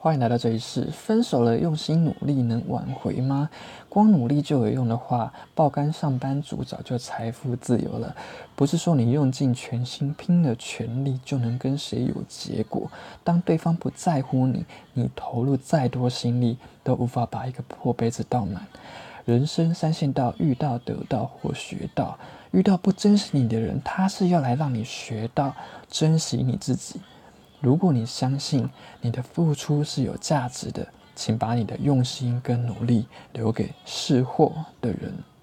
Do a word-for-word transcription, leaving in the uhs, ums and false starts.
欢迎来到这一世。分手了，用心努力能挽回吗？光努力就有用的话，爆肝上班族早就财富自由了。不是说你用尽全心拼了全力就能跟谁有结果。当对方不在乎你，你投入再多心力都无法把一个破杯子倒满。人生三线道，遇到、得到或学到。遇到不珍惜你的人，他是要来让你学到珍惜你自己。如果你相信你的付出是有价值的，请把你的用心跟努力留给识货的人。